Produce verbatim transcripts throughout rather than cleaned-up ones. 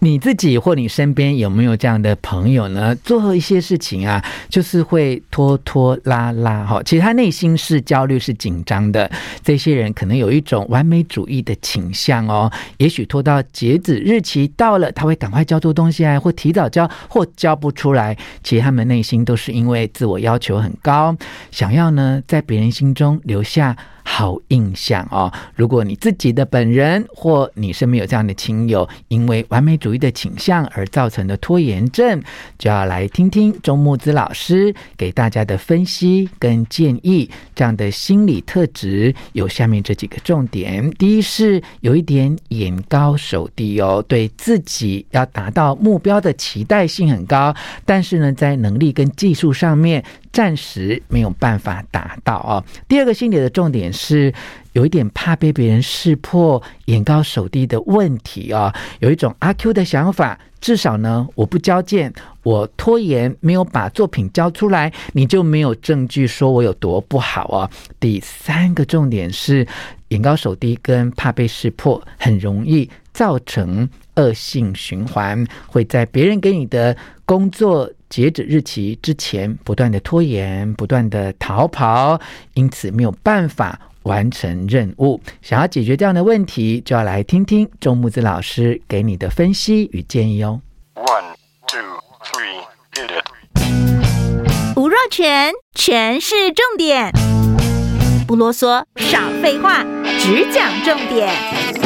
你自己或你身边有没有这样的朋友呢？做一些事情啊，就是会拖拖拉拉，其实他内心是焦虑是紧张的，这些人可能有一种完美主义的倾向哦，也许拖到截止日期到了，他会赶快交出东西来，或提早交，或交不出来，其实他们内心都是因为自我要求很高，想要呢在别人心中留下好印象哦。如果你自己的本人或你身边有这样的亲友，因为完美主义的倾向而造成的拖延症，就要来听听周慕姿老师给大家的分析跟建议。这样的心理特质有下面这几个重点。第一是有一点眼高手低哦，对自己要达到目标的期待性很高，但是呢在能力跟技术上面暂时没有办法达到哦。第二个心理的重点是有一点怕被别人识破眼高手低的问题哦，有一种阿 Q 的想法，至少呢我不交件，我拖延没有把作品交出来，你就没有证据说我有多不好哦。第三个重点是眼高手低跟怕被识破很容易造成恶性循环，会在别人给你的工作截止日期之前不断的拖延，不断的逃跑，因此没有办法完成任务。想要解决这样的问题，就要来听听周慕姿老师给你的分析与建议哦。 One, two, three, hit it。 吴若权，全是重点，不啰嗦，少废话，只讲重点。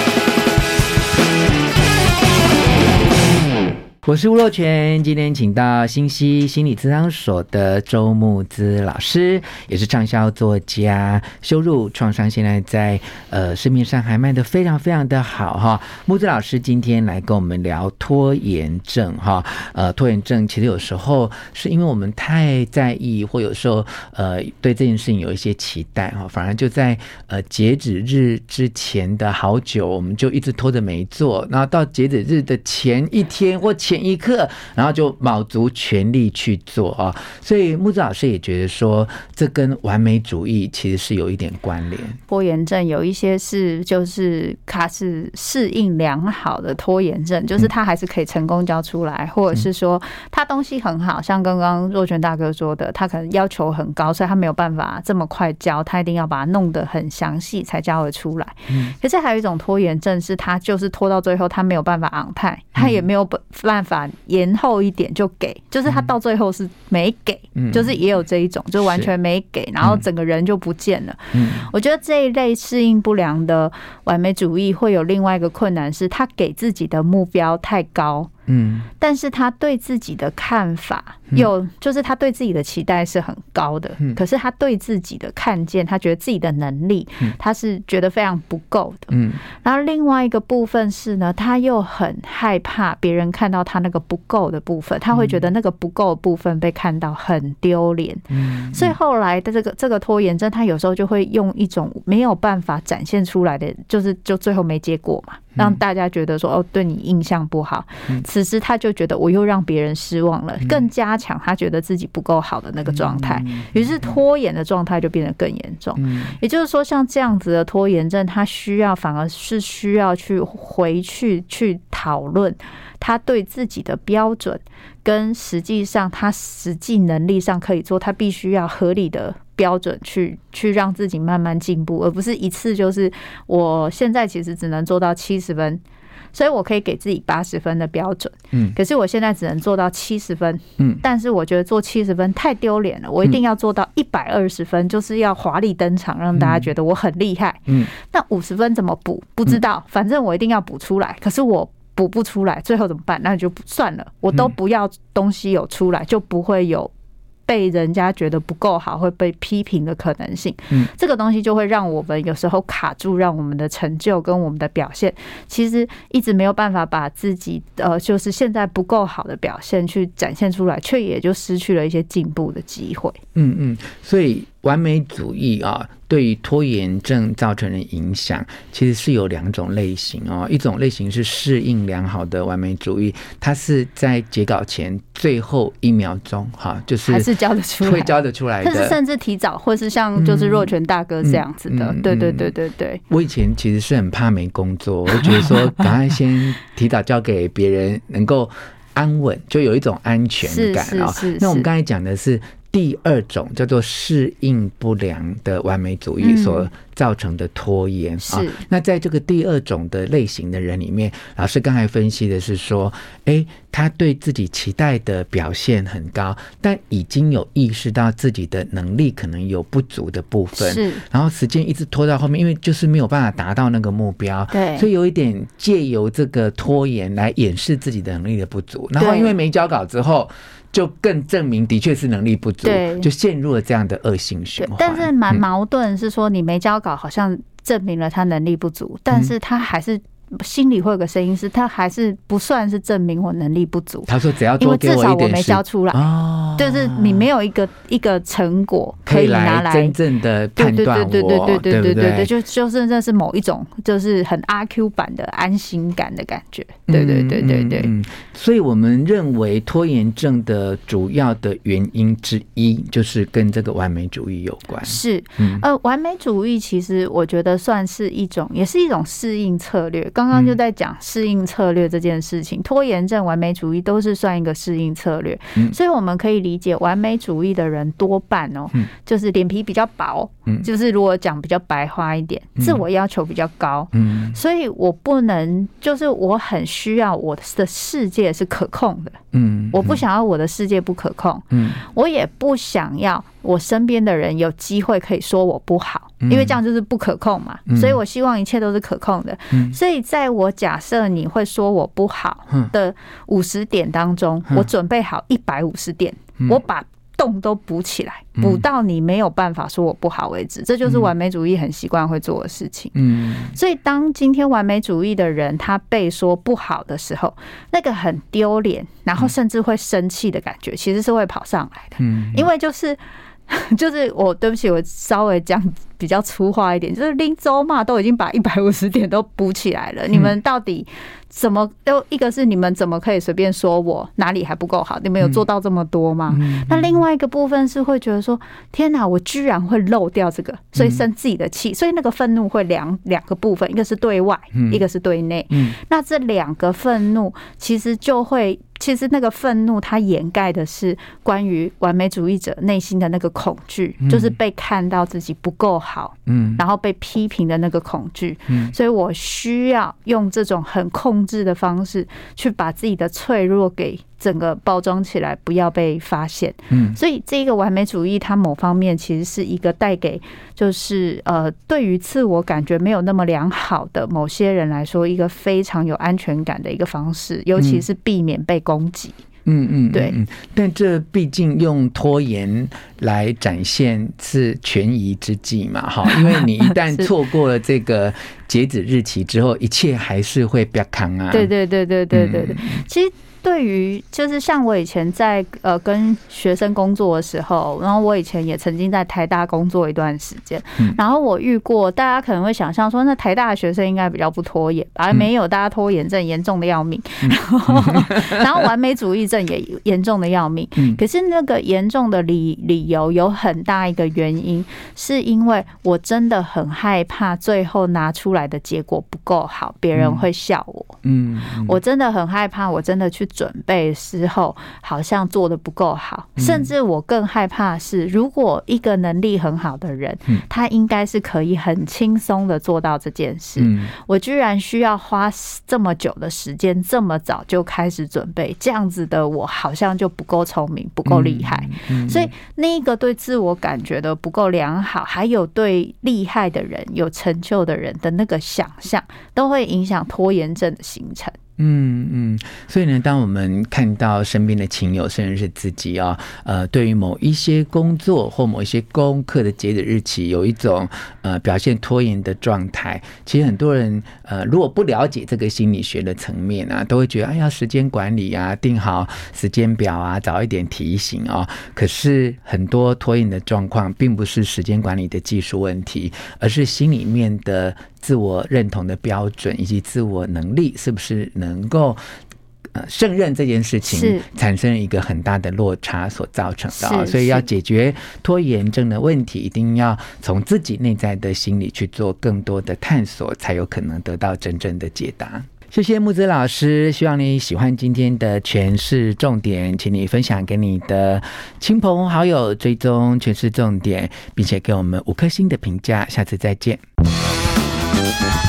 我是吴若权，今天请到新溪心理咨商所的周慕姿老师，也是畅销作家，羞辱创伤现在在呃市面上还卖得非常非常的好哈。慕姿老师今天来跟我们聊拖延症哈，呃，拖延症其实有时候是因为我们太在意，或有时候呃对这件事情有一些期待哈，反而就在呃截止日之前的好久，我们就一直拖着没做，然后到截止日的前一天或前一刻，然后就卯足全力去做啊，所以慕姿老师也觉得说，这跟完美主义其实是有一点关联。 拖延症有一些是就是它是适应良好的拖延症，就是他还是可以成功交出来，或者是说他东西很好，像刚刚若权大哥说的，他可能要求很高，所以他没有办法这么快交，他一定要把它弄得很详细才交得出来。可是还有一种拖延症是他就是拖到最后，他没有办法on time，他也没有办法延后一点就给，就是他到最后是没给，嗯、就是也有这一种，就完全没给，然后整个人就不见了。嗯、我觉得这一类适应不良的完美主义会有另外一个困难，是他给自己的目标太高。嗯，但是他对自己的看法有，就是他对自己的期待是很高的，可是他对自己的看见，他觉得自己的能力，他是觉得非常不够的。嗯，然后另外一个部分是呢，他又很害怕别人看到他那个不够的部分，他会觉得那个不够的部分被看到很丢脸。嗯，所以后来的这个这个拖延症，他有时候就会用一种没有办法展现出来的，就是就最后没结果嘛。让大家觉得说哦，对你印象不好，此时他就觉得我又让别人失望了，更加强他觉得自己不够好的那个状态，于是拖延的状态就变得更严重。也就是说，像这样子的拖延症，他需要反而是需要去回去去讨论他对自己的标准跟实际上他实际能力上可以做，他必须要合理的标准去去让自己慢慢进步，而不是一次就是我现在其实只能做到七十分，所以我可以给自己八十分的标准，嗯，可是我现在只能做到七十分，嗯，但是我觉得做七十分太丢脸了，我一定要做到一百二十分，就是要华丽登场，让大家觉得我很厉害，嗯，那五十分怎么补？不知道，反正我一定要补出来，可是我补不出来，最后怎么办？那就算了，我都不要东西有出来，就不会有被人家觉得不够好，会被批评的可能性。嗯，这个东西就会让我们有时候卡住，让我们的成就跟我们的表现，其实一直没有办法把自己呃，就是现在不够好的表现去展现出来，却也就失去了一些进步的机会。 嗯嗯，所以完美主义啊，对于拖延症造成的影响，其实是有两种类型哦。一种类型是适应良好的完美主义，它是在截稿前最后一秒钟哈，就是还是交得出来， 会交得出来的， 但是甚至提早，或是像就是若权大哥这样子的，嗯嗯、对对对对对。 我以前其实是很怕没工作，我就觉得说赶快先提早交给别人，能够安稳，就有一种安全感啊。那我们刚才讲的是第二种叫做适应不良的完美主义所造成的拖延、嗯啊、那在这个第二种的类型的人里面，老师刚才分析的是说，哎，他对自己期待的表现很高，但已经有意识到自己的能力可能有不足的部分，是，然后时间一直拖到后面，因为就是没有办法达到那个目标，对，所以有一点借由这个拖延来掩饰自己的能力的不足，然后因为没交稿之后就更证明的确是能力不足，就陷入了这样的恶性循环。 但是蛮矛盾是说，你没交稿好像证明了他能力不足，但是他还是心里会有个声音是，他还是不算是证明我能力不足。 他说只要多给我一点， 因为至少我没交出来，哦、就是你没有一个一个成果可以拿来真正的判断我， 对对对对对对对对， 就就是这是某一种就是很阿 Q 版的安心感的感觉，对对对对对。 嗯嗯嗯、所以我们认为拖延症的主要的原因之一就是跟这个完美主义有关。 是，嗯、呃，完美主义其实我觉得算是一种，也是一种适应策略。刚刚就在讲适应策略这件事情，拖延症、完美主义都是算一个适应策略，嗯、所以我们可以理解，完美主义的人多半哦，嗯、就是脸皮比较薄，嗯、就是如果讲比较白话一点，嗯、自我要求比较高，嗯、所以我不能，就是我很需要我的世界是可控的，嗯、我不想要我的世界不可控，嗯、我也不想要我身边的人有机会可以说我不好，因为这样就是不可控嘛，嗯、所以我希望一切都是可控的，嗯、所以在我假设你会说我不好的五十点当中，嗯、我准备好一百五十点，嗯、我把洞都补起来，补到你没有办法说我不好为止，这就是完美主义很习惯会做的事情。嗯，所以当今天完美主义的人他被说不好的时候，那个很丢脸，然后甚至会生气的感觉，其实是会跑上来的。嗯，因为就是。就是我对不起，我稍微讲比较粗话一点，就是林州嘛都已经把一百五十点都补起来了，你们到底怎么？又一个是你们怎么可以随便说我哪里还不够好？你们有做到这么多吗？那另外一个部分是会觉得说，天哪，我居然会漏掉这个，所以生自己的气，所以那个愤怒会两两个部分，一个是对外，一个是对内。那这两个愤怒其实就会。其实那个愤怒它掩盖的是关于完美主义者内心的那个恐惧，就是被看到自己不够好，然后被批评的那个恐惧，所以我需要用这种很控制的方式去把自己的脆弱给整个包装起来，不要被发现。嗯，所以这个完美主义它某方面其实是一个带给就是呃对于自我感觉没有那么良好的某些人来说，一个非常有安全感的一个方式，尤其是避免被攻击。嗯嗯，对， 但这毕竟用拖延来展现是权宜之计嘛，哈，因为你一旦错过了这个截止日期之后，一切还是会被扛啊。 对对对对对对对，嗯、其实。对于就是像我以前在呃跟学生工作的时候，然后我以前也曾经在台大工作一段时间，然后我遇过大家可能会想象说，那台大的学生应该比较不拖延，而没有，大家拖延症严重的要命，然后然后完美主义症也严重的要命。可是那个严重的理理由有很大一个原因，是因为我真的很害怕最后拿出来的结果不够好，别人会笑我。嗯，我真的很害怕，我真的去。准备之后好像做得不够好，甚至我更害怕是，如果一个能力很好的人，他应该是可以很轻松的做到这件事，我居然需要花这么久的时间，这么早就开始准备，这样子的我好像就不够聪明，不够厉害，所以那一个对自我感觉的不够良好，还有对厉害的人、有成就的人的那个想象，都会影响拖延症的形成。 嗯嗯，所以呢，当我们看到身边的亲友，甚至是自己啊、哦，呃，对于某一些工作或某一些功课的截止日期，有一种呃表现拖延的状态，其实很多人呃，如果不了解这个心理学的层面啊，都会觉得哎呀，时间管理啊，定好时间表啊，早一点提醒哦。可是很多拖延的状况，并不是时间管理的技术问题，而是心里面的自我认同的标准以及自我能力是不是能够呃胜任这件事情，产生一个很大的落差所造成的、哦、所以要解决拖延症的问题，一定要从自己内在的心理去做更多的探索，才有可能得到真正的解答。谢谢慕姿老师，希望你喜欢今天的诠释重点，请你分享给你的亲朋好友，追踪诠释重点，并且给我们五颗星的评价，下次再见。